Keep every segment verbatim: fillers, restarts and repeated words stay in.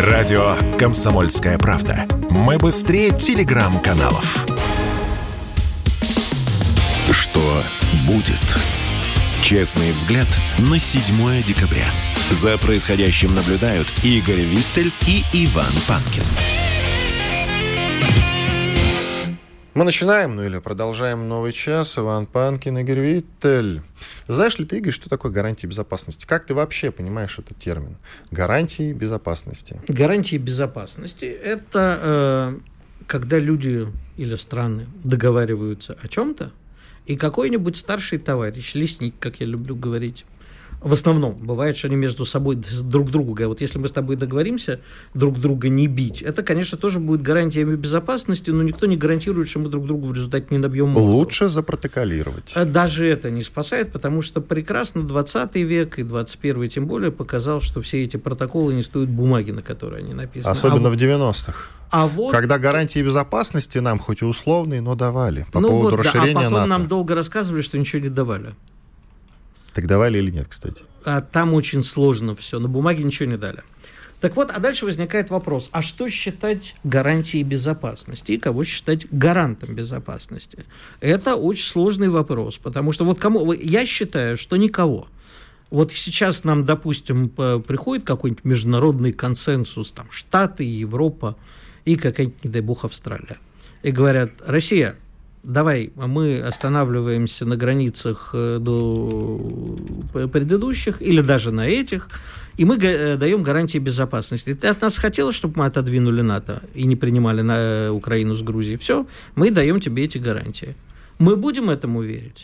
Радио «Комсомольская правда». Мы быстрее телеграм-каналов. Что будет? Честный взгляд на седьмое декабря. За происходящим наблюдают Игорь Виттель и Иван Панкин. Мы начинаем, ну или продолжаем новый час. Иван Панкин, Игорь Виттель. Знаешь ли ты, Игорь, что такое гарантии безопасности? Как ты вообще понимаешь этот термин? Гарантии безопасности. Гарантии безопасности – это э, когда люди или страны договариваются о чем-то, и какой-нибудь старший товарищ, лесник, как я люблю говорить, в основном бывает, что они между собой друг другу говорят, вот если мы с тобой договоримся друг друга не бить, это, конечно, тоже будет гарантиями безопасности, но никто не гарантирует, что мы друг другу в результате не набьем морду. Лучше запротоколировать. Даже это не спасает, потому что прекрасно двадцатый век и двадцать первый тем более показал, что все эти протоколы не стоят бумаги, на которой они написаны. Особенно а в девяностых. А вот... Когда гарантии безопасности нам хоть и условные, но давали по ну поводу вот, расширения да, а потом НАТО. нам долго рассказывали, что ничего не давали. Так давали или нет, кстати? А там очень сложно все, на бумаге ничего не дали. Так вот, а дальше возникает вопрос, а что считать гарантией безопасности и кого считать гарантом безопасности? Это очень сложный вопрос, потому что вот кому... Я считаю, что никого. Вот сейчас нам, допустим, приходит какой-нибудь международный консенсус, там, Штаты, Европа и какая-нибудь, не дай бог, Австралия. И говорят, Россия, давай, мы останавливаемся на границах до предыдущих или даже на этих, и мы даем гарантии безопасности. Ты от нас хотела, чтобы мы отодвинули НАТО и не принимали на Украину с Грузией? Все, мы даем тебе эти гарантии. Мы будем этому верить?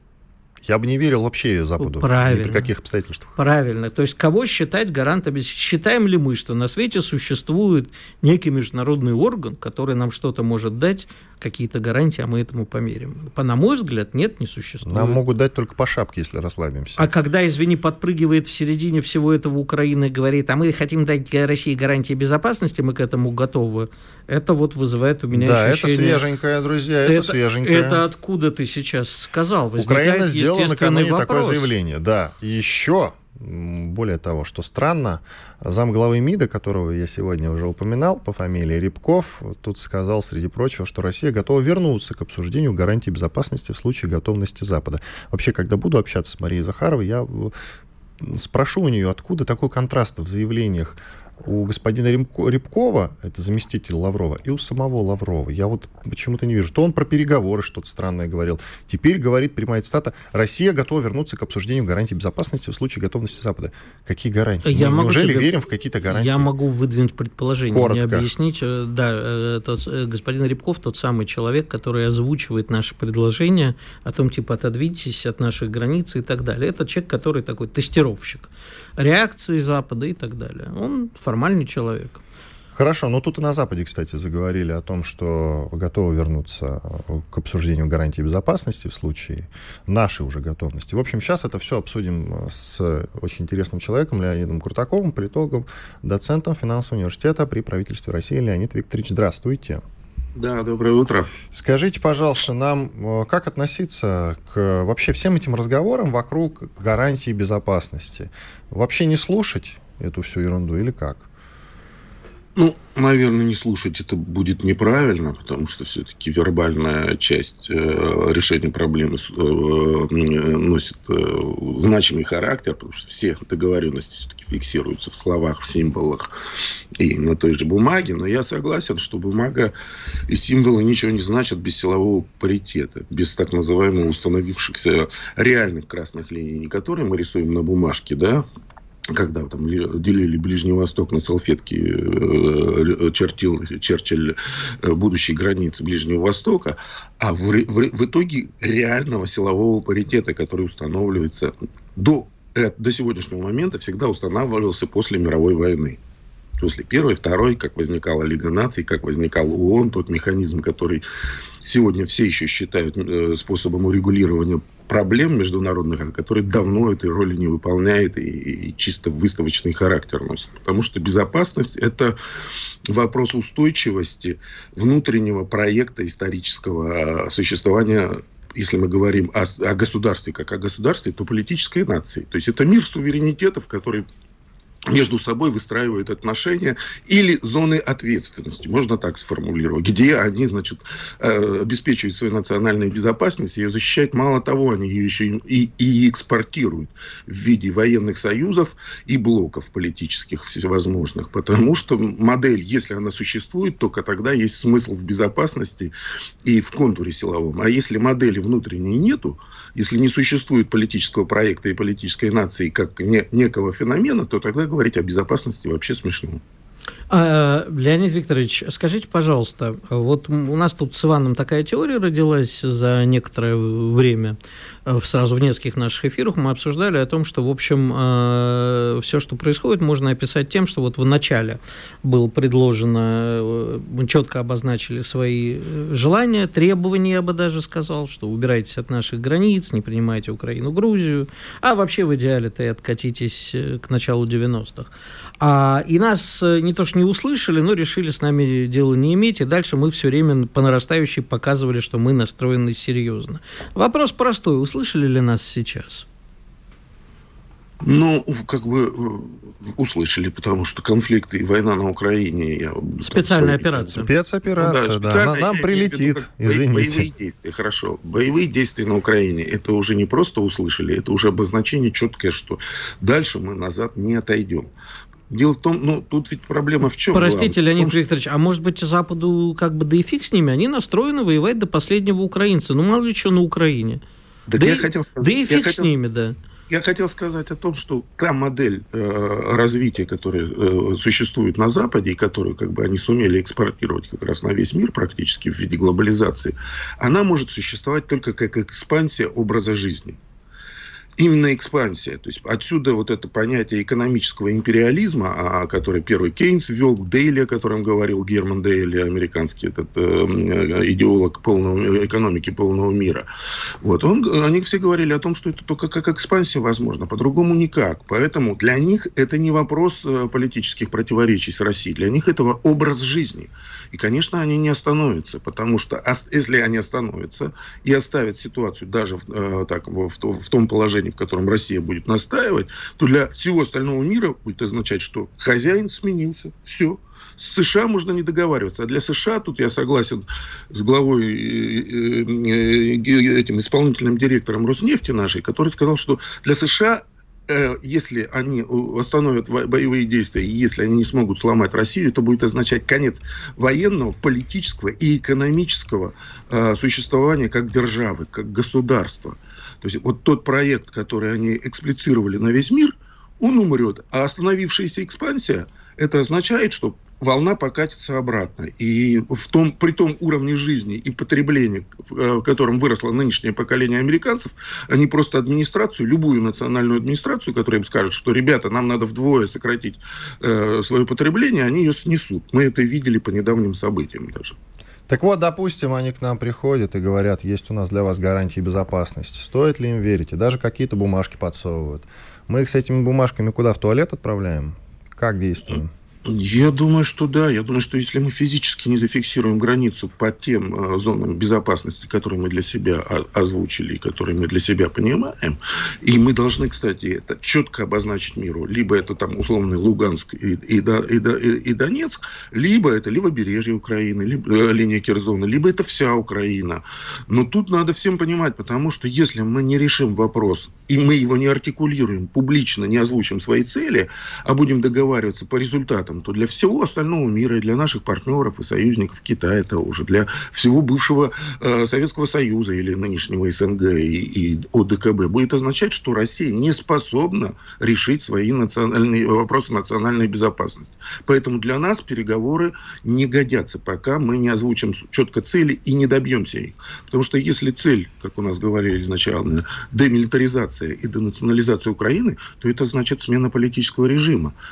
Я бы не верил вообще Западу. Правильно. Ни при каких обстоятельствах. Правильно. То есть кого считать гарантом? Считаем ли мы, что на свете существует некий международный орган, который нам что-то может дать, какие-то гарантии, а мы этому померим? По, на мой взгляд, нет, не существует. Нам могут дать только по шапке, если расслабимся. А когда, извини, подпрыгивает в середине всего этого Украина и говорит, а мы хотим дать России гарантии безопасности, мы к этому готовы, это вот вызывает у меня да, ощущение... Да, это свеженькое, друзья, это, это свеженькое. Это откуда ты сейчас сказал? Возникает Украина сделала накануне вопрос. Такое заявление, да. И еще, более того, что странно, замглавы МИДа, которого я сегодня уже упоминал по фамилии Рябков, тут сказал, среди прочего, что Россия готова вернуться к обсуждению гарантий безопасности в случае готовности Запада. Вообще, когда буду общаться с Марией Захаровой, я спрошу у нее, откуда такой контраст в заявлениях у господина Рябкова, это заместитель Лаврова, и у самого Лаврова. Я вот почему-то не вижу. То он про переговоры что-то странное говорил. Теперь говорит прямая цитата: «Россия готова вернуться к обсуждению гарантий безопасности в случае готовности Запада». Какие гарантии? Я Мы могу неужели тебе... верим в какие-то гарантии? Я могу выдвинуть предположение, Коротко. мне объяснить. Да, тот, господин Рябков тот самый человек, который озвучивает наши предложения о том, типа, отодвиньтесь от наших границ и так далее. Это человек, который такой тестировщик реакции Запада и так далее. Он формальный человек. Хорошо, но тут и на Западе, кстати, заговорили о том, что готовы вернуться к обсуждению гарантий безопасности в случае нашей уже готовности. В общем, сейчас это все обсудим с очень интересным человеком, Леонидом Куртаковым, политологом, доцентом финансового университета при правительстве России. Леонид Викторович, здравствуйте. Да, доброе утро. Скажите, пожалуйста, нам как относиться к вообще всем этим разговорам вокруг гарантий безопасности? Вообще не слушать эту всю ерунду или как? Ну, наверное, не слушать это будет неправильно, потому что все-таки вербальная часть э, решения проблемы э, носит э, значимый характер, потому что все договоренности все-таки фиксируются в словах, в символах и на той же бумаге. Но я согласен, что бумага и символы ничего не значат без силового паритета, без так называемых установившихся реальных красных линий, не которые мы рисуем на бумажке, да, когда там делили Ближний Восток на салфетке, чертил Черчилль будущие границы Ближнего Востока, а в, в, в итоге реального силового паритета, который устанавливается до, до сегодняшнего момента, всегда устанавливался после мировой войны. После Первой, Второй, как возникала Лига наций, как возникал ООН, тот механизм, который сегодня все еще считают способом урегулирования проблем международных, а который давно этой роли не выполняет и, и чисто выставочный характер носит. Потому что безопасность – это вопрос устойчивости внутреннего проекта исторического существования. Если мы говорим о, о государстве как о государстве, то политической нации. То есть это мир суверенитетов, который между собой выстраивают отношения или зоны ответственности, можно так сформулировать, где они, значит, обеспечивают свою национальную безопасность, ее защищают. Мало того, они ее еще и, и экспортируют в виде военных союзов и блоков политических всевозможных, потому что модель, если она существует, только тогда есть смысл в безопасности и в контуре силовом. А если модели внутренней нету, если не существует политического проекта и политической нации как не, некого феномена, то тогда говорить о безопасности вообще смешно. А, Леонид Викторович, скажите, пожалуйста, вот у нас тут с Иваном такая теория родилась за некоторое время, сразу в нескольких наших эфирах мы обсуждали о том, что, в общем, все, что происходит, можно описать тем, что вот в начале было предложено, мы четко обозначили свои желания, требования, я бы даже сказал, что убирайтесь от наших границ, не принимайте Украину, Грузию, а вообще в идеале-то и откатитесь к началу девяностых. А, и нас не то что не услышали, но решили с нами дело не иметь, и дальше мы все время по нарастающей показывали, что мы настроены серьезно. Вопрос простой. Услышали ли нас сейчас? Ну, как бы услышали, потому что конфликты и война на Украине... Я, Специальная там, операция. Спецоперация, ну, да. да. Нам прилетит, извините. Боевые действия, хорошо. Боевые действия на Украине, это уже не просто услышали, это уже обозначение четкое, что дальше мы назад не отойдем. Дело в том, ну, тут ведь проблема в чем? Простите, главное? Леонид том, Викторович, а может быть, Западу как бы да и фиг с ними, они настроены воевать до последнего украинца, ну, мало ли что на Украине. Да, да, я и, хотел сказать, да и фиг хотел, с ними, да. Я хотел сказать о том, что та модель э, развития, которая э, существует на Западе, и которую как бы они сумели экспортировать как раз на весь мир практически в виде глобализации, она может существовать только как экспансия образа жизни. Именно экспансия. То есть отсюда вот это понятие экономического империализма, о котором первый Кейнс ввел, Дейли, о котором говорил Герман Дейли, американский этот, э, идеолог полного, экономики полного мира. Вот. Он, они все говорили о том, что это только как экспансия возможна, по-другому никак. Поэтому для них это не вопрос политических противоречий с Россией. Для них это образ жизни. И, конечно, они не остановятся, потому что если они остановятся и оставят ситуацию даже в, э, так, в, в том положении, в котором Россия будет настаивать, то для всего остального мира будет означать, что хозяин сменился. Все. С США можно не договариваться. А для США, тут я согласен с главой, этим исполнительным директором Роснефти нашей, который сказал, что для США, если они остановят боевые действия, и если они не смогут сломать Россию, то будет означать конец военного, политического и экономического существования как державы, как государства. То есть вот тот проект, который они эксплицировали на весь мир, он умрет. А остановившаяся экспансия, это означает, что волна покатится обратно. И в том, при том уровне жизни и потребления, в котором выросло нынешнее поколение американцев, они просто администрацию, любую национальную администрацию, которая им скажет, что, ребята, нам надо вдвое сократить э, свое потребление, они ее снесут. Мы это видели по недавним событиям даже. Так вот, допустим, они к нам приходят и говорят, есть у нас для вас гарантии безопасности. Стоит ли им верить? И даже какие-то бумажки подсовывают. Мы их с этими бумажками куда, в туалет отправляем? Как действуем? Я думаю, что да. Я думаю, что если мы физически не зафиксируем границу по тем э, зонам безопасности, которые мы для себя о- озвучили, которые мы для себя понимаем, и мы должны, кстати, это четко обозначить миру. Либо это там условный Луганск и, и, и, и, и Донецк, либо это левобережье Украины, либо э, линия Керзона, либо это вся Украина. Но тут надо всем понимать, потому что если мы не решим вопрос, и мы его не артикулируем, публично не озвучим свои цели, а будем договариваться по результатам, то для всего остального мира, и для наших партнеров и союзников, Китая того же, для всего бывшего э, Советского Союза или нынешнего СНГ и, и ОДКБ будет означать, что Россия не способна решить свои национальные, вопросы национальной безопасности. Поэтому для нас переговоры не годятся, пока мы не озвучим четко цели и не добьемся их. Потому что если цель, как у нас говорили изначально, демилитаризация и денационализация Украины, то это значит смена политического режима.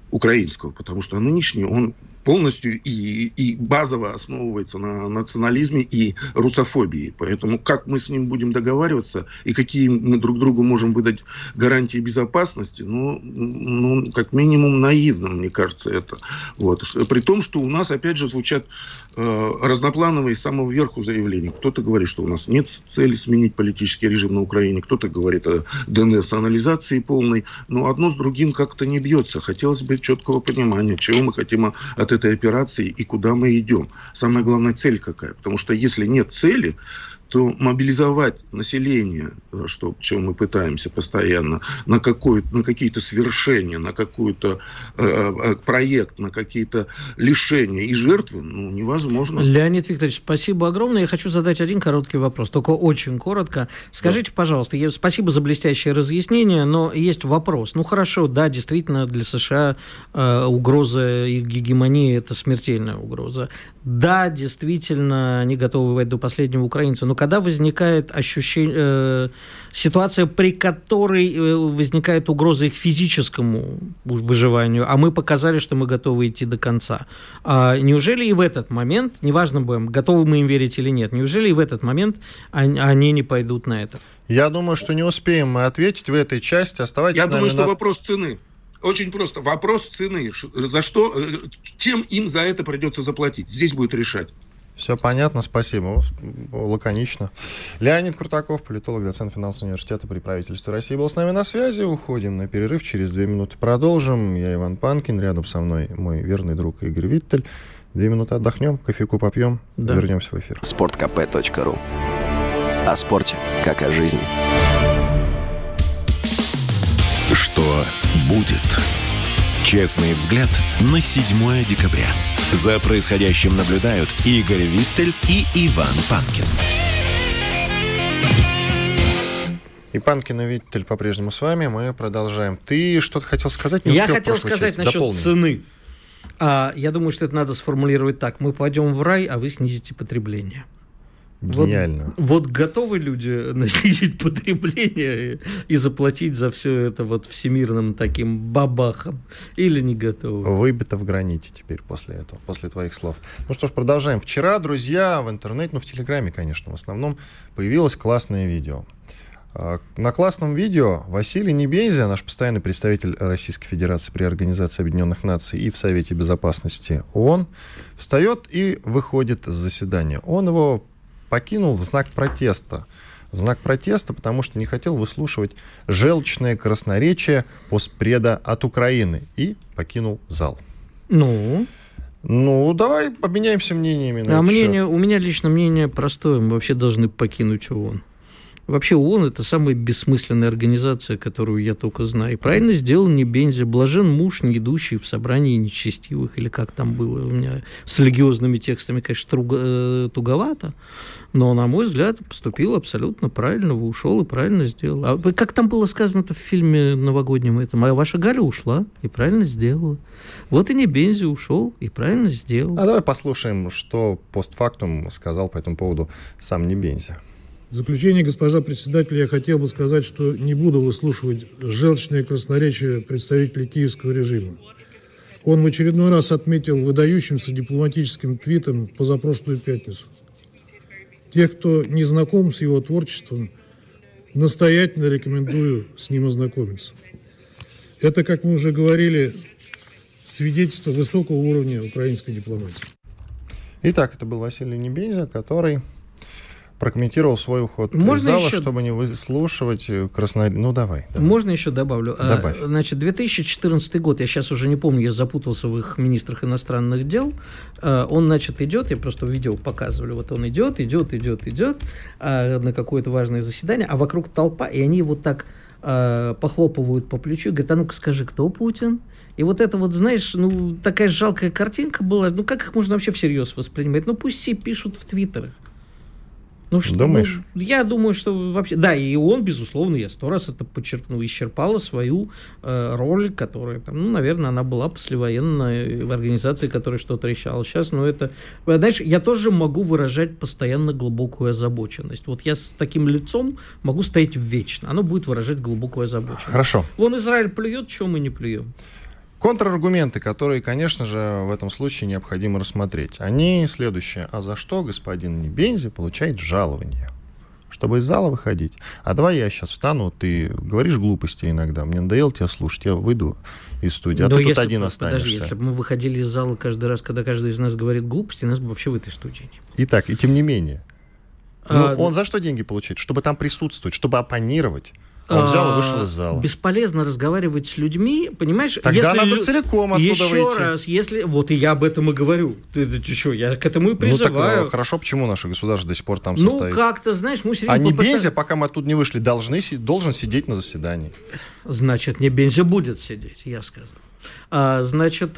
украинского, потому что нынешний он полностью и, и базово основывается на национализме и русофобии. Поэтому как мы с ним будем договариваться и какие мы друг другу можем выдать гарантии безопасности, ну, ну как минимум наивно, мне кажется, это. Вот. При том, что у нас, опять же, звучат э, разноплановые с самого верху заявления. Кто-то говорит, что у нас нет цели сменить политический режим на Украине, кто-то говорит о денационализации полной, но одно с другим как-то не бьется. Хотелось бы четкого понимания, чего мы хотим от этой операции и куда мы идем. Самая главная цель какая? Потому что если нет цели, то мобилизовать население, что, чего мы пытаемся постоянно, на, какой, на какие-то свершения, на какой-то э, проект, на какие-то лишения и жертвы, ну, невозможно. Леонид Викторович, спасибо огромное. Я хочу задать один короткий вопрос, только очень коротко. Скажите, да. пожалуйста, я, спасибо за блестящее разъяснение, но есть вопрос. Ну, хорошо, да, действительно, для США э, угроза их гегемонии – это смертельная угроза. Да, действительно, они готовы воевать до последнего украинца, но когда возникает ощущение, э, ситуация, при которой э, возникает угроза их физическому выживанию, а мы показали, что мы готовы идти до конца, а неужели и в этот момент, неважно, будем, готовы мы им верить или нет, неужели и в этот момент они, они не пойдут на это? Я думаю, что не успеем мы ответить в этой части. Оставайтесь Я с нами думаю, что на... вопрос цены. Очень просто. Вопрос цены. За что, чем им за это придется заплатить? Здесь будет решать. Все понятно, спасибо. Лаконично. Леонид Крутаков, политолог, доцент финансового университета при правительстве России, был с нами на связи. Уходим на перерыв. Через две минуты продолжим. Я Иван Панкин. Рядом со мной мой верный друг Игорь Виттель. Две минуты отдохнем, кофейку попьем. Да. Вернемся в эфир. спорт ка пэ точка ру. О спорте, как о жизни. Что будет? Честный взгляд на седьмое декабря. За происходящим наблюдают Игорь Виттель и Иван Панкин. И Панкин и Виттель по-прежнему с вами. Мы продолжаем. Ты что-то хотел сказать? Не Я хотел сказать насчет Дополни. цены. А, я думаю, что это надо сформулировать так. Мы пойдем в рай, а вы снизите потребление. Гениально. Вот, вот готовы люди снизить потребление и заплатить за все это вот всемирным таким бабахом? Или не готовы? Выбито в граните теперь после этого, после твоих слов. Ну что ж, продолжаем. Вчера, друзья, в интернете, ну в Телеграме, конечно, в основном, появилось классное видео. На классном видео Василий Небензя, наш постоянный представитель Российской Федерации при Организации Объединенных Наций и в Совете Безопасности ООН, встает и выходит с заседания. Он его покинул в знак протеста. В знак протеста, потому что не хотел выслушивать желчное красноречие постпреда от Украины. И покинул зал. Ну? Ну, давай обменяемся мнениями. А мнение, у меня лично мнение простое. Мы вообще должны покинуть ООН. Вообще ООН – это самая бессмысленная организация, которую я только знаю. И правильно сделал Небензя. Блажен муж, не идущий в собрании нечестивых, или как там было у меня. С религиозными текстами, конечно, туго, туговато, но, на мой взгляд, поступил абсолютно правильно. Вы ушел и правильно сделал. А как там было сказано-то в фильме новогоднем этом? А ваша Галя ушла и правильно сделала. Вот и Небензя ушел и правильно сделал. А давай послушаем, что постфактум сказал по этому поводу сам Небензя. В заключение, госпожа председатель, я хотел бы сказать, что не буду выслушивать желчные красноречия представителей киевского режима. Он в очередной раз отметил выдающимся дипломатическим твитом позапрошлую пятницу. Тех, кто не знаком с его творчеством, настоятельно рекомендую с ним ознакомиться. Это, как мы уже говорили, свидетельство высокого уровня украинской дипломатии. Итак, это был Василий Небензя, который прокомментировал свой уход Можно из зала, еще... чтобы не выслушивать красноречие. Ну, давай, давай. Можно еще добавлю? Добавь. А, значит, две тысячи четырнадцатый год, я сейчас уже не помню, я запутался в их министрах иностранных дел. А, он, значит, идет, я просто видео показывали, вот он идет, идет, идет, идет а, на какое-то важное заседание, а вокруг толпа, и они вот так а, похлопывают по плечу и говорят: а ну-ка скажи, кто Путин? И вот это вот, знаешь, ну, такая жалкая картинка была, ну, как их можно вообще всерьез воспринимать? Ну, пусть все пишут в твиттерах. Ну, что, Думаешь? Ну, я думаю, что вообще... Да, и он, безусловно, я сто раз это подчеркнул, исчерпала свою э, роль, которая, там, ну, наверное, она была послевоенной в организации, которая что-то решала. Сейчас, ну, это... Знаешь, я тоже могу выражать постоянно глубокую озабоченность. Вот я с таким лицом могу стоять вечно. Оно будет выражать глубокую озабоченность. Хорошо. Вон Израиль плюет, чего мы не плюем? Контраргументы, которые, конечно же, в этом случае необходимо рассмотреть, они следующие. А за что господин Небензи получает жалование? Чтобы из зала выходить. А давай я сейчас встану, ты говоришь глупости иногда, мне надоело тебя слушать, я выйду из студии, а Но ты если, тут один подожди, останешься. если бы мы выходили из зала каждый раз, когда каждый из нас говорит глупости, нас бы вообще в этой студии не было. Итак, и тем не менее. А, Ну, он за что деньги получает? Чтобы там присутствовать, чтобы оппонировать. Он взял и вышел из зала. Бесполезно разговаривать с людьми, понимаешь? Тогда если надо лю... целиком оттуда Еще выйти. раз, если... Вот и я об этом и говорю. Ты, ты, ты что, я к этому и призываю. Ну так хорошо, почему наше государство до сих пор там Ну, состоит? как-то, знаешь, мы все А время... Небензи, попыта- пока мы оттуда не вышли, должны, си- должен сидеть на заседании. Значит, Небензи будет сидеть, я сказал. А, значит,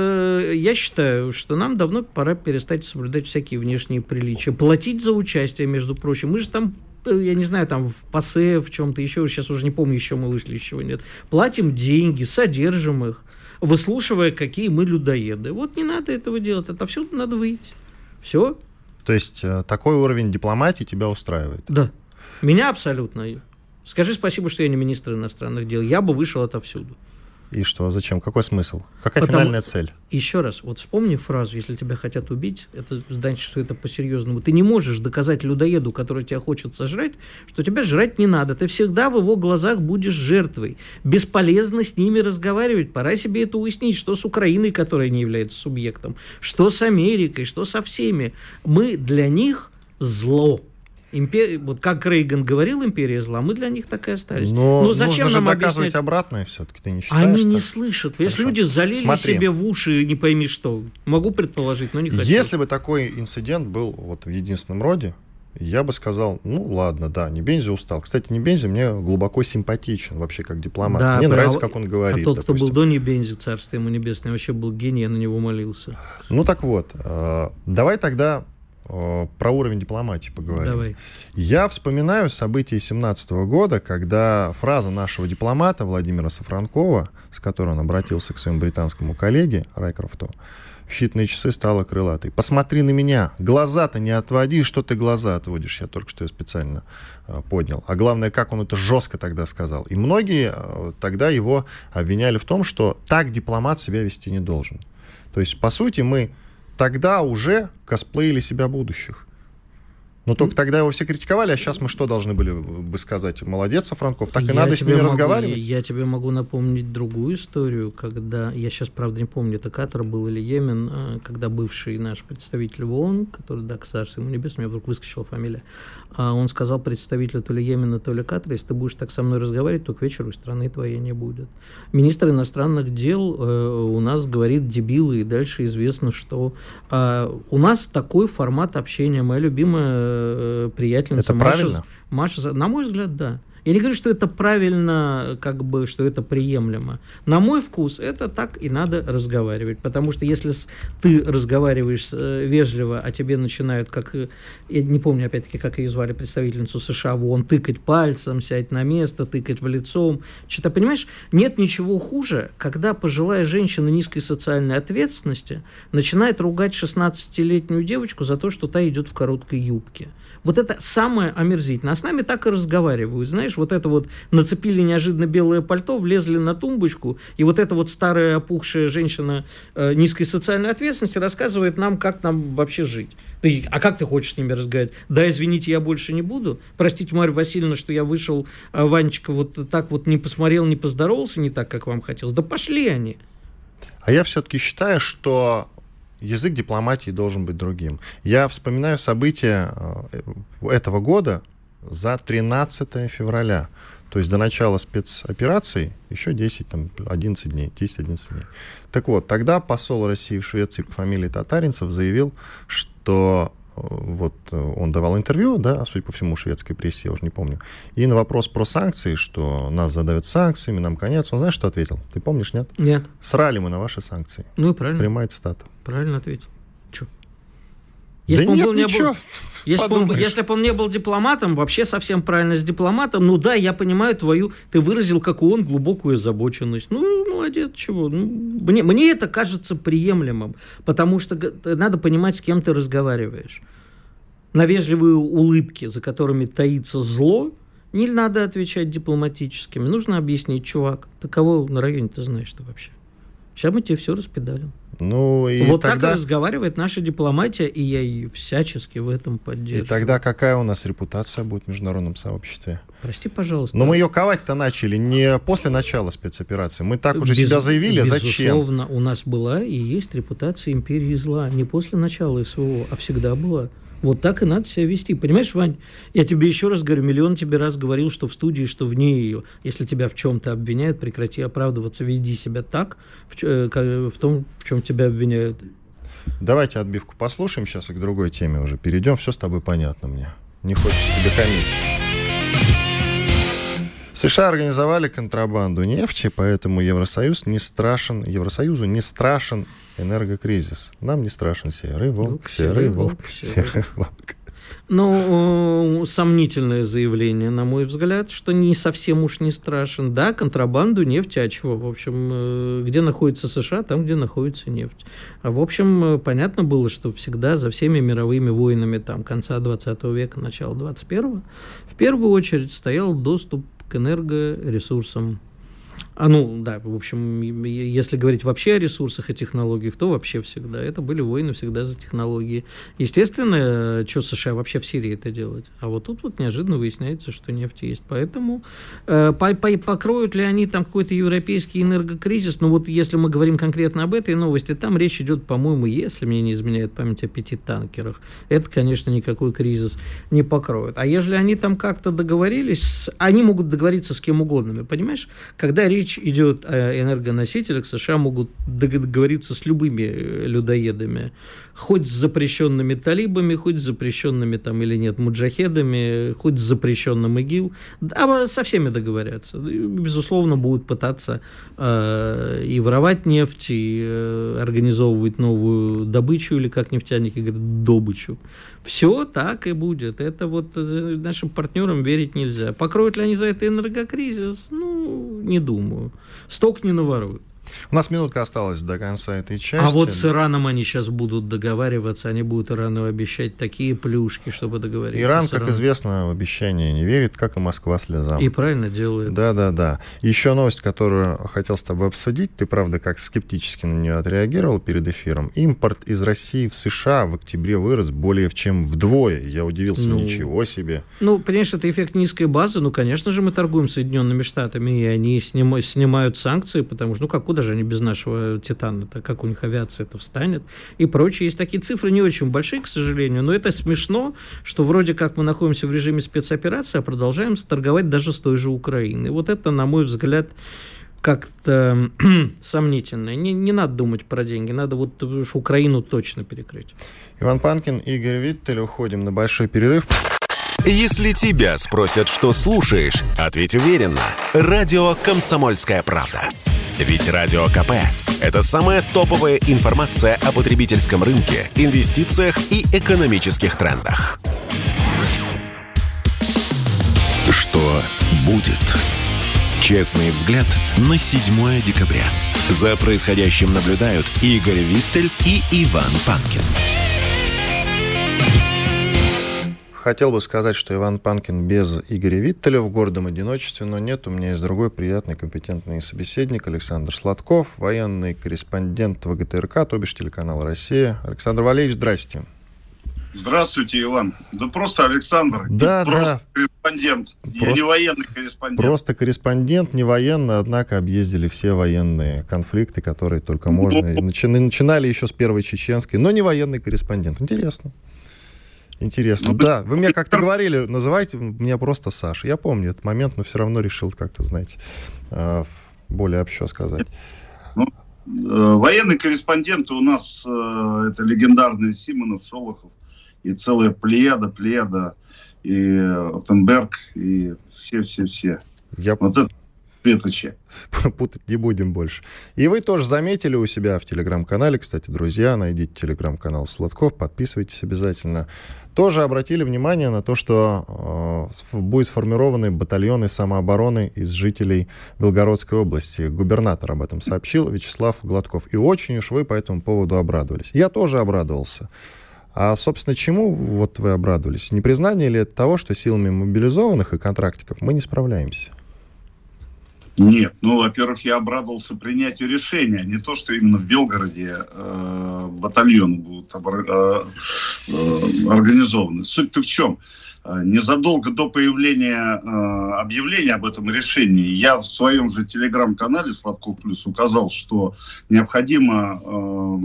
э, я считаю, что нам давно пора перестать соблюдать всякие внешние приличия. Платить за участие, между прочим. Мы же там, я не знаю, там в ПАСЕ, в чем-то еще, сейчас уже не помню, еще мы вышли, еще нет. Платим деньги, содержим их, выслушивая, какие мы людоеды. Вот не надо этого делать, отовсюду надо выйти. Все? То есть э, такой уровень дипломатии тебя устраивает? Да. Меня абсолютно. Скажи спасибо, что я не министр иностранных дел. Я бы вышел отовсюду. И что, зачем? Какой смысл? Какая Потому- финальная цель? Еще раз, вот вспомни фразу, если тебя хотят убить, это значит, что это по-серьезному. Ты не можешь доказать людоеду, который тебя хочет сожрать, что тебя жрать не надо. Ты всегда в его глазах будешь жертвой. Бесполезно с ними разговаривать. Пора себе это уяснить, что с Украиной, которая не является субъектом, что с Америкой, что со всеми. Мы для них зло. Импер... Вот как Рейган говорил, империя зла, мы для них так и остались. Но Ну, зачем нужно же нам доказывать объяснять? обратное все-таки, ты не считаешь? Они не так? слышат. Если Хорошо. люди залили Смотри. себе в уши, не пойми что. Могу предположить, но не хочу. Если бы такой инцидент был вот в единственном роде, я бы сказал, ну ладно, да, Небензи устал. Кстати, Небензи мне глубоко симпатичен вообще как дипломат. Да, мне прям- нравится, как он говорит. А тот, кто был допустим. до Небензи, царство ему небесное, вообще был гений, я на него молился. Ну так вот, э, давай тогда э, про уровень дипломатии поговорим. Давай. Я вспоминаю события семнадцатого года, когда фраза нашего дипломата Владимира Сафранкова, с которой он обратился к своему британскому коллеге Райкрофту, в считанные часы стала крылатой. «Посмотри на меня, глаза-то не отводи, что ты глаза отводишь?» Я только что ее специально э, поднял. А главное, как он это жестко тогда сказал. И многие э, тогда его обвиняли в том, что так дипломат себя вести не должен. То есть, по сути, мы тогда уже косплеили себя будущих. Но только тогда его все критиковали, а сейчас мы что должны были бы сказать? Молодец, Сафранков, так и Я надо с тебе ними могу- разговаривать. Я, я тебе могу напомнить другую историю, когда, я сейчас, правда, не помню, это Катар был или Йемен, а, когда бывший наш представитель в ООН, который, да, к царству ему небесному, у меня вдруг выскочила фамилия, а он сказал представителю то ли Йемена, то ли Катара: если ты будешь так со мной разговаривать, то к вечеру и страны твоей не будет. Министр иностранных дел э, у нас говорит дебилы, и дальше известно, что э, у нас такой формат общения. Моя любимая э, приятельница Это Маша, правильно? Маша, на мой взгляд, да. Я не говорю, что это правильно, как бы, что это приемлемо. На мой вкус, это так и надо разговаривать. Потому что если с- ты разговариваешь э, вежливо, а тебе начинают, как... э, Я не помню, опять-таки, как ее звали, представительницу США в ООН, тыкать пальцем, сядь на место, тыкать в лицом. Что-то, понимаешь, нет ничего хуже, когда пожилая женщина низкой социальной ответственности начинает ругать шестнадцатилетнюю девочку за то, что та идет в короткой юбке. Вот это самое омерзительное. А с нами так и разговаривают. Знаешь, вот это вот нацепили неожиданно белое пальто, влезли на тумбочку, и вот эта вот старая опухшая женщина э, низкой социальной ответственности рассказывает нам, как нам вообще жить. И, а как ты хочешь с ними разговаривать? Да, извините, я больше не буду. Простите, Марья Васильевна, что я вышел, а Ванечка вот так вот не посмотрел, не поздоровался, не так, как вам хотелось. Да пошли они. А я все-таки считаю, что язык дипломатии должен быть другим. Я вспоминаю события э, этого года за тринадцатое февраля. То есть до начала спецоперации еще десять, там, одиннадцать дней, десять-одиннадцать дней. Так вот, тогда посол России в Швеции по фамилии Татаринцев заявил, что э, вот э, он давал интервью, да, судя по всему, шведской прессе, я уже не помню, и на вопрос про санкции, что нас задавят санкциями, нам конец, он знаешь, что ответил? Ты помнишь, нет? Нет. Срали мы на ваши санкции. Ну и правильно. Прямая цитата. Правильно ответил. Чё? Да бы он нет, был, не ничего. был, если, бы он, Подумаешь. если бы он не был дипломатом, вообще совсем правильно с дипломатом, ну да, я понимаю твою, ты выразил, как и он, глубокую озабоченность. Ну, молодец, чего. Ну, мне, мне это кажется приемлемым, потому что г- надо понимать, с кем ты разговариваешь. На вежливые улыбки, за которыми таится зло, не надо отвечать дипломатическими. Нужно объяснить: чувак, ты кого на районе ты знаешь-то вообще? Сейчас мы тебе все распедалим. Ну, и вот тогда... так разговаривает наша дипломатия, и я ее всячески в этом поддерживаю. И тогда какая у нас репутация будет в международном сообществе? Прости, пожалуйста. Но мы ее ковать-то начали не после начала спецоперации. Мы так уже Без, себя заявили. безусловно, зачем? Безусловно, у нас была и есть репутация империи зла. Не после начала СВО, а всегда была. Вот так и надо себя вести. Понимаешь, Вань, я тебе еще раз говорю, миллион тебе раз говорил, что в студии, что вне ее. Если тебя в чем-то обвиняют, прекрати оправдываться, веди себя так, в, в том, в чем тебя обвиняют. Давайте отбивку послушаем сейчас и к другой теме уже перейдем. Все с тобой понятно мне. Не хочется тебе хамить. США организовали контрабанду нефти, поэтому Евросоюз не страшен, Евросоюзу не страшен энергокризис. Нам не страшен серый волк, волк серый волк, волк серый, серый волк. Ну, сомнительное заявление, на мой взгляд, что не совсем уж не страшен. Да, контрабанду нефти, а чего? В общем, где находится США, там, где находится нефть. А в общем, понятно было, что всегда за всеми мировыми войнами там, конца двадцатого века, начала двадцать первого, в первую очередь стоял доступ к энергоресурсам. А ну, да, в общем, если говорить вообще о ресурсах и технологиях, то вообще всегда. Это были войны всегда за технологии. Естественно, что США вообще в Сирии это делать? А вот тут вот неожиданно выясняется, что нефть есть. Поэтому э, по, по, покроют ли они там какой-то европейский энергокризис? Ну вот если мы говорим конкретно об этой новости, там речь идет, по-моему, если мне не изменяет память, о пяти танкерах. Это, конечно, никакой кризис не покроет. А если они там как-то договорились, они могут договориться с кем угодно, понимаешь? Когда речь идет о энергоносителях, США могут договориться с любыми людоедами, хоть с запрещенными талибами, хоть с запрещенными там или нет муджахедами, хоть с запрещенным ИГИЛ, да, со всеми договорятся. Безусловно, будут пытаться э, и воровать нефть, и э, организовывать новую добычу, или как нефтяники говорят, добычу. Все так и будет. Это вот нашим партнерам верить нельзя. Покроют ли они за это энергокризис? Ну, не думаю. Сток не наворуют. У нас минутка осталась до конца этой части. А вот с Ираном они сейчас будут договариваться, они будут Ирану обещать такие плюшки, чтобы договориться. Иран, как известно, в обещания не верит, как и Москва слезам. И правильно делает. Да-да-да. Еще новость, которую хотел с тобой обсудить. Ты, правда, как скептически на нее отреагировал перед эфиром. Импорт из России в США в октябре вырос более чем вдвое. Я удивился, ну, ничего себе. Ну, понимаешь, это эффект низкой базы. Ну, конечно же, мы торгуем с Соединенными Штатами, и они сним... снимают санкции, потому что, ну, как, куда же они без нашего титана-то, как у них авиация-то встанет и прочее. Есть такие цифры не очень большие, к сожалению, но это смешно, что вроде как мы находимся в режиме спецоперации, а продолжаем торговать даже с той же Украиной. Вот это, на мой взгляд, как-то сомнительно. Не, не надо думать про деньги, надо вот уж Украину точно перекрыть. Иван Панкин, Игорь Виттель. Уходим на большой перерыв. Если тебя спросят, что слушаешь, ответь уверенно. Радио «Комсомольская правда». Ведь Радио КП – это самая топовая информация о потребительском рынке, инвестициях и экономических трендах. Что будет? Честный взгляд на седьмое декабря. За происходящим наблюдают Игорь Виттель и Иван Панкин. Хотел бы сказать, что Иван Панкин без Игоря Виттеля в гордом одиночестве, но нет, у меня есть другой приятный, компетентный собеседник Александр Сладков, военный корреспондент ВГТРК, то бишь телеканал «Россия». Александр Валерьевич, здрасте. Здравствуйте, Иван. Да просто Александр. Да, просто да. корреспондент. Просто, Я не военный корреспондент. Просто корреспондент, не военный, однако объездили все военные конфликты, которые только можно. И начи- начинали еще с первой чеченской, но не военный корреспондент. Интересно. Интересно. Ну, да, вы мне как-то говорили, называйте меня просто Саша. Я помню этот момент, но все равно решил как-то, знаете, более общо сказать. Ну, военные корреспонденты у нас это легендарные Симонов, Шолохов и целая плеяда, плеяда, и Ротенберг, и все-все-все. Я... Вот это светочи. Путать не будем больше. И вы тоже заметили у себя в телеграм-канале, кстати, друзья, найдите телеграм-канал Сладков, подписывайтесь обязательно. Тоже обратили внимание на то, что э, будет сформированы батальоны самообороны из жителей Белгородской области. Губернатор об этом сообщил, Вячеслав Гладков. И очень уж вы по этому поводу обрадовались. Я тоже обрадовался. А, собственно, чему вот вы обрадовались? Не признание ли это того, что силами мобилизованных и контрактиков мы не справляемся? Нет, ну, во-первых, я обрадовался принятию решения, не то, что именно в Белгороде э, батальоны будут обор- э, э, организованы. Суть-то в чем? Незадолго до появления э, объявления об этом решении я в своем же телеграм-канале «Сладков плюс» указал, что необходимо, э,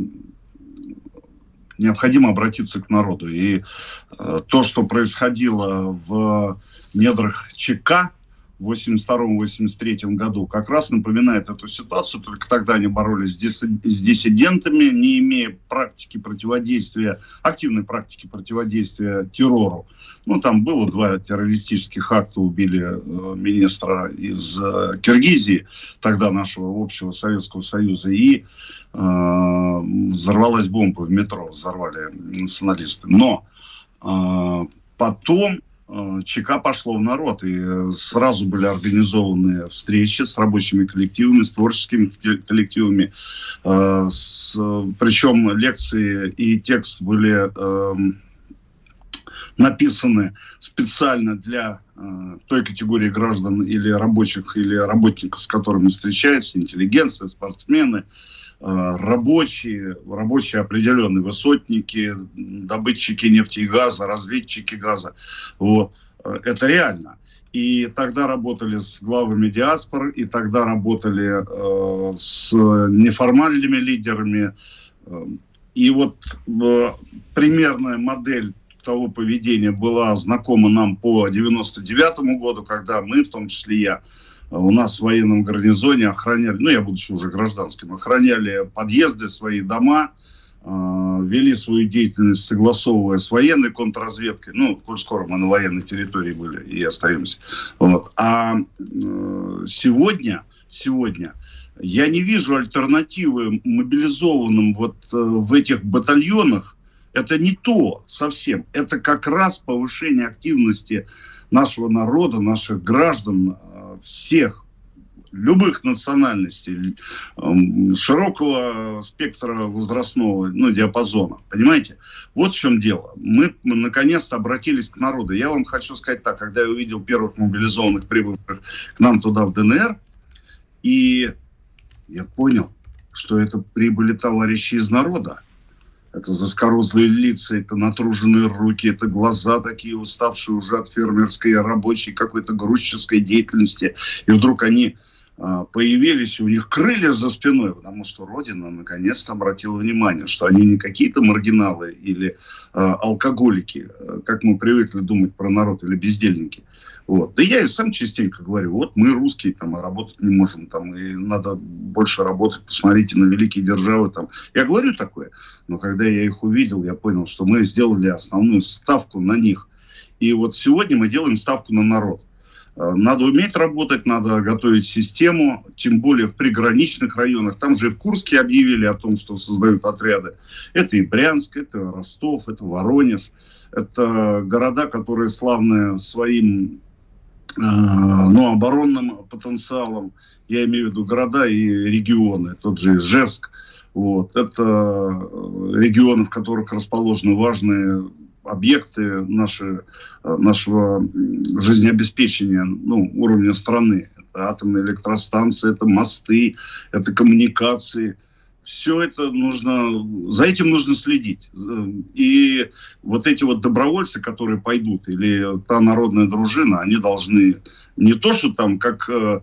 необходимо обратиться к народу. И э, то, что происходило в недрах ЧК в восемьдесят втором — восемьдесят третьем году, как раз напоминает эту ситуацию, только тогда они боролись с, дис- с диссидентами, не имея практики противодействия, активной практики противодействия террору. Ну, там было два террористических акта, убили э, министра из э, Киргизии, тогда нашего общего Советского Союза, и э, взорвалась бомба в метро, взорвали националисты. Но э, потом ЧК пошло в народ, и сразу были организованы встречи с рабочими коллективами, с творческими коллективами. С, причем лекции и текст были э, написаны специально для э, той категории граждан или рабочих, или работников, с которыми встречаются, интеллигенция, спортсмены, рабочие, рабочие определенные, высотники, добытчики нефти и газа, разведчики газа. Вот. Это реально. И тогда работали с главами диаспор, и тогда работали э, с неформальными лидерами. И вот э, примерная модель того поведения была знакома нам по девяносто девятому году, когда мы, в том числе я, у нас в военном гарнизоне охраняли, ну, я будучи уже гражданским, охраняли подъезды, свои дома, э, вели свою деятельность, согласовывая с военной контрразведкой. Ну, коль скоро мы на военной территории были и остаемся. Вот. А э, сегодня, сегодня я не вижу альтернативы мобилизованным вот э, в этих батальонах. Это не то совсем. Это как раз повышение активности нашего народа, наших граждан, всех, любых национальностей, широкого спектра возрастного, ну, диапазона. Понимаете? Вот в чем дело. Мы, мы наконец-то обратились к народу. Я вам хочу сказать так, когда я увидел первых мобилизованных, прибывших к нам туда, в ДНР, и я понял, что это прибыли товарищи из народа. Это заскорузлые лица, это натруженные руки, это глаза такие уставшие уже от фермерской, рабочей, какой-то грузческой деятельности. И вдруг они а, появились, у них крылья за спиной, потому что Родина наконец-то обратила внимание, что они не какие-то маргиналы или а, алкоголики, как мы привыкли думать про народ, или бездельники. Вот. Да я и сам частенько говорю, вот мы русские, там, а работать не можем, там, и надо больше работать, посмотрите на великие державы. Там. Я говорю такое, но когда я их увидел, я понял, что мы сделали основную ставку на них. И вот сегодня мы делаем ставку на народ. Надо уметь работать, надо готовить систему, тем более в приграничных районах. Там же и в Курске объявили о том, что создают отряды. Это и Брянск, это Ростов, это Воронеж. Это города, которые славны своим ну, оборонным потенциалом, я имею в виду города и регионы, тот же Ижевск, вот, это регионы, в которых расположены важные объекты наши, нашего жизнеобеспечения, ну, уровня страны. Это атомные электростанции, это мосты, это коммуникации. Все это нужно, за этим нужно следить. И вот эти вот добровольцы, которые пойдут, или та народная дружина, они должны не то, что там, как э,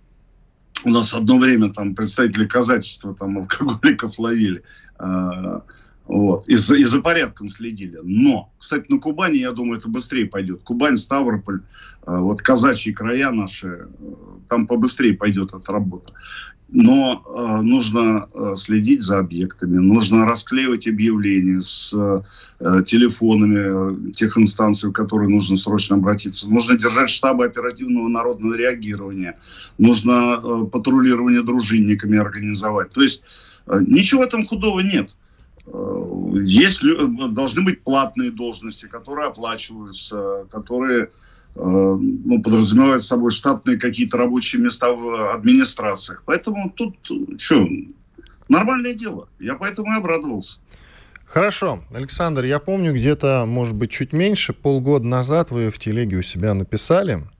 у нас одно время там представители казачества там алкоголиков ловили, э, вот, и за, и за порядком следили. Но, кстати, на Кубани, я думаю, это быстрее пойдет. Кубань, Ставрополь, э, вот казачьи края наши, э, там побыстрее пойдет эта работа. Но э, нужно э, следить за объектами, нужно расклеивать объявления с э, телефонами э, тех инстанций, в которые нужно срочно обратиться. Нужно держать штабы оперативного народного реагирования, нужно э, патрулирование дружинниками организовать. То есть э, ничего в этом худого нет. Э, есть, должны быть платные должности, которые оплачиваются, которые... ну, подразумевает собой штатные какие-то рабочие места в администрациях. Поэтому тут, что, нормальное дело. Я поэтому и обрадовался. Хорошо. Александр, я помню, где-то, может быть, чуть меньше, полгода назад вы в телеге у себя написали: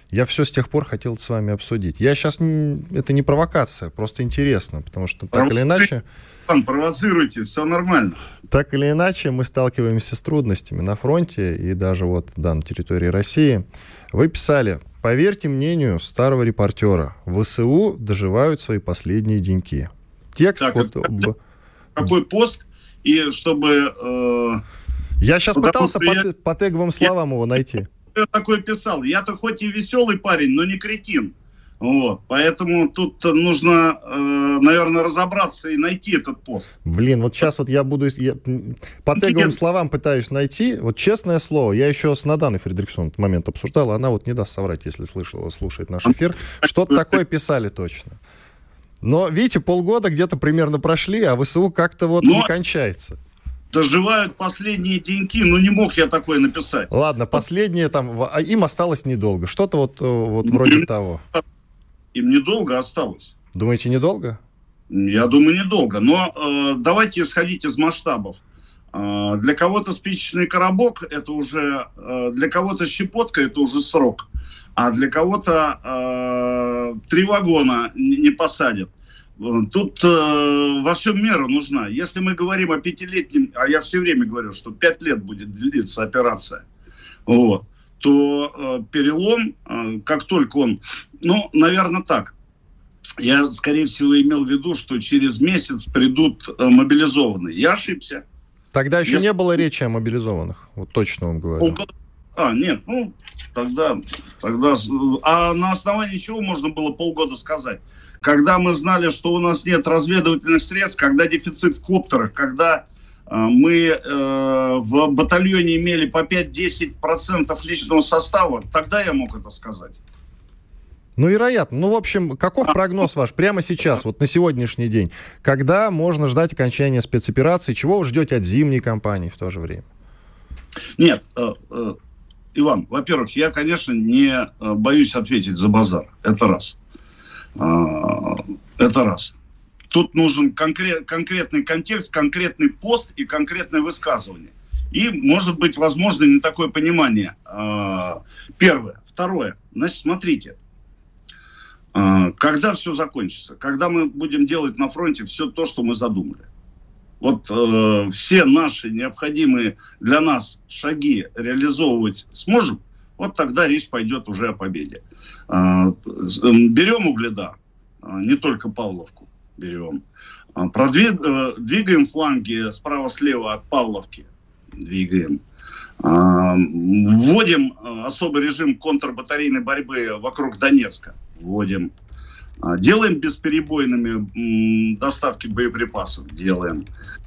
Я все с тех пор хотел с вами обсудить. Я сейчас... Это не провокация, просто интересно, потому что так Провоци... или иначе... Провоцируйте, все нормально. Так или иначе, мы сталкиваемся с трудностями на фронте и даже вот, да, на территории России. Вы писали: поверьте мнению старого репортера, ВСУ доживают свои последние деньки. Текст... Так, вот... это... Какой пост? И чтобы... Э... Я сейчас пытался по, я... по теговым словам я... его найти. Я такой писал. Я-то хоть и веселый парень, но не кретин. Вот. Поэтому тут нужно, э, наверное, разобраться и найти этот пост. Блин, вот сейчас вот я буду... Я по теговым Нет. словам пытаюсь найти. Вот честное слово, я еще с Наданой Фридрихсон этот момент обсуждал. Она вот не даст соврать, если слышала, слушает наш эфир. Что-то такое писали точно. Но, видите, полгода где-то примерно прошли, а ВСУ как-то вот но... не кончается. Доживают последние деньки, ну не мог я такое написать. Ладно, последние там, им осталось недолго. Что-то вот, вот вроде им, того. Им недолго осталось. Думаете, недолго? Я думаю, недолго. Но э, давайте исходить из масштабов. Э, для кого-то спичечный коробок это уже, э, для кого-то щепотка это уже срок. А для кого-то э, три вагона не посадят. Тут э, во всем мера нужна. Если мы говорим о пятилетнем, а я все время говорю, что пять лет будет длиться операция, вот, то э, перелом, э, как только он... Ну, наверное, так. Я, скорее всего, имел в виду, что через месяц придут э, мобилизованные. Я ошибся. Тогда еще Если... не было речи о мобилизованных. Вот точно вам говорю. Полгода... А, нет, ну, тогда, тогда... А на основании чего можно было полгода сказать? Когда мы знали, что у нас нет разведывательных средств, когда дефицит в коптерах, когда э, мы э, в батальоне имели по пять-десять процентов личного состава, тогда я мог это сказать. Ну, вероятно. Ну, в общем, каков а, прогноз ваш прямо сейчас, вот на сегодняшний день? Когда можно ждать окончания спецоперации? Чего вы ждете от зимней кампании в то же время? Нет, э, э, Иван, во-первых, я, конечно, не боюсь ответить за базар. Это раз. Это раз. Тут нужен конкрет, конкретный контекст, конкретный пост и конкретное высказывание. И, может быть, возможно, не такое понимание. Первое. Второе. Значит, смотрите. Когда все закончится? Когда мы будем делать на фронте все то, что мы задумали? Вот э, все наши необходимые для нас шаги реализовывать сможем? Вот тогда речь пойдет уже о победе. Берем Угледар, не только Павловку берем. Продвигаем фланги справа-слева от Павловки. Двигаем. Вводим особый режим контрбатарейной борьбы вокруг Донецка. Вводим. Делаем бесперебойными доставки боеприпасов. Делаем.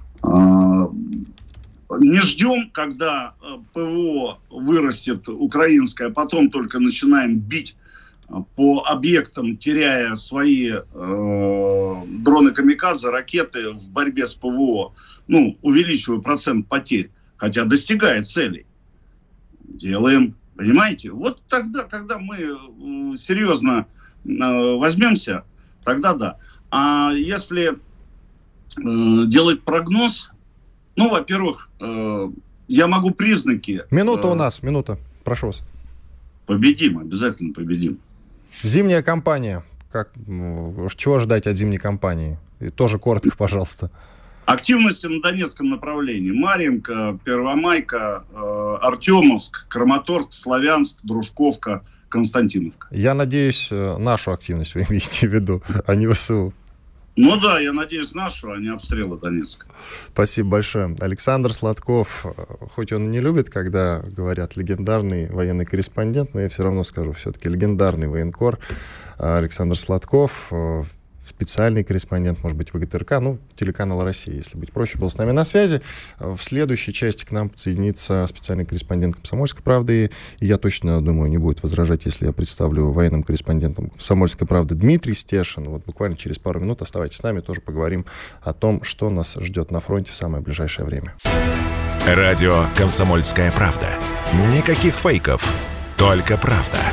Не ждем, когда ПВО вырастет украинское, а потом только начинаем бить по объектам, теряя свои э, дроны камикадзе, ракеты в борьбе с ПВО, ну, увеличивая процент потерь, хотя достигает целей. Делаем, понимаете? Вот тогда, когда мы э, серьезно э, возьмемся, тогда да. А если э, делать прогноз, ну, во-первых, э, я могу признаки... Минута э, у нас, минута, прошу вас. Победим, обязательно победим. Зимняя кампания. Как, чего ждать от зимней кампании? И тоже коротко, пожалуйста. Активности на Донецком направлении. Марьинка, Первомайка, э, Артемовск, Краматорск, Славянск, Дружковка, Константиновка. Я надеюсь, нашу активность вы имеете в виду, а не ВСУ. Ну да, я надеюсь, нашу, а не обстрелы Донецка. Спасибо большое. Александр Сладков, хоть он не любит, когда говорят легендарный военный корреспондент, но я все равно скажу, все-таки легендарный военкор Александр Сладков, специальный корреспондент, может быть, ВГТРК, ну, телеканал «Россия», если быть проще, был с нами на связи. В следующей части к нам подсоединится специальный корреспондент «Комсомольской правды», и я точно думаю, не будет возражать, если я представлю военным корреспондентом «Комсомольской правды» Дмитрий Стешин. Вот буквально через пару минут оставайтесь с нами, тоже поговорим о том, что нас ждет на фронте в самое ближайшее время. Радио «Комсомольская правда». Никаких фейков, только правда.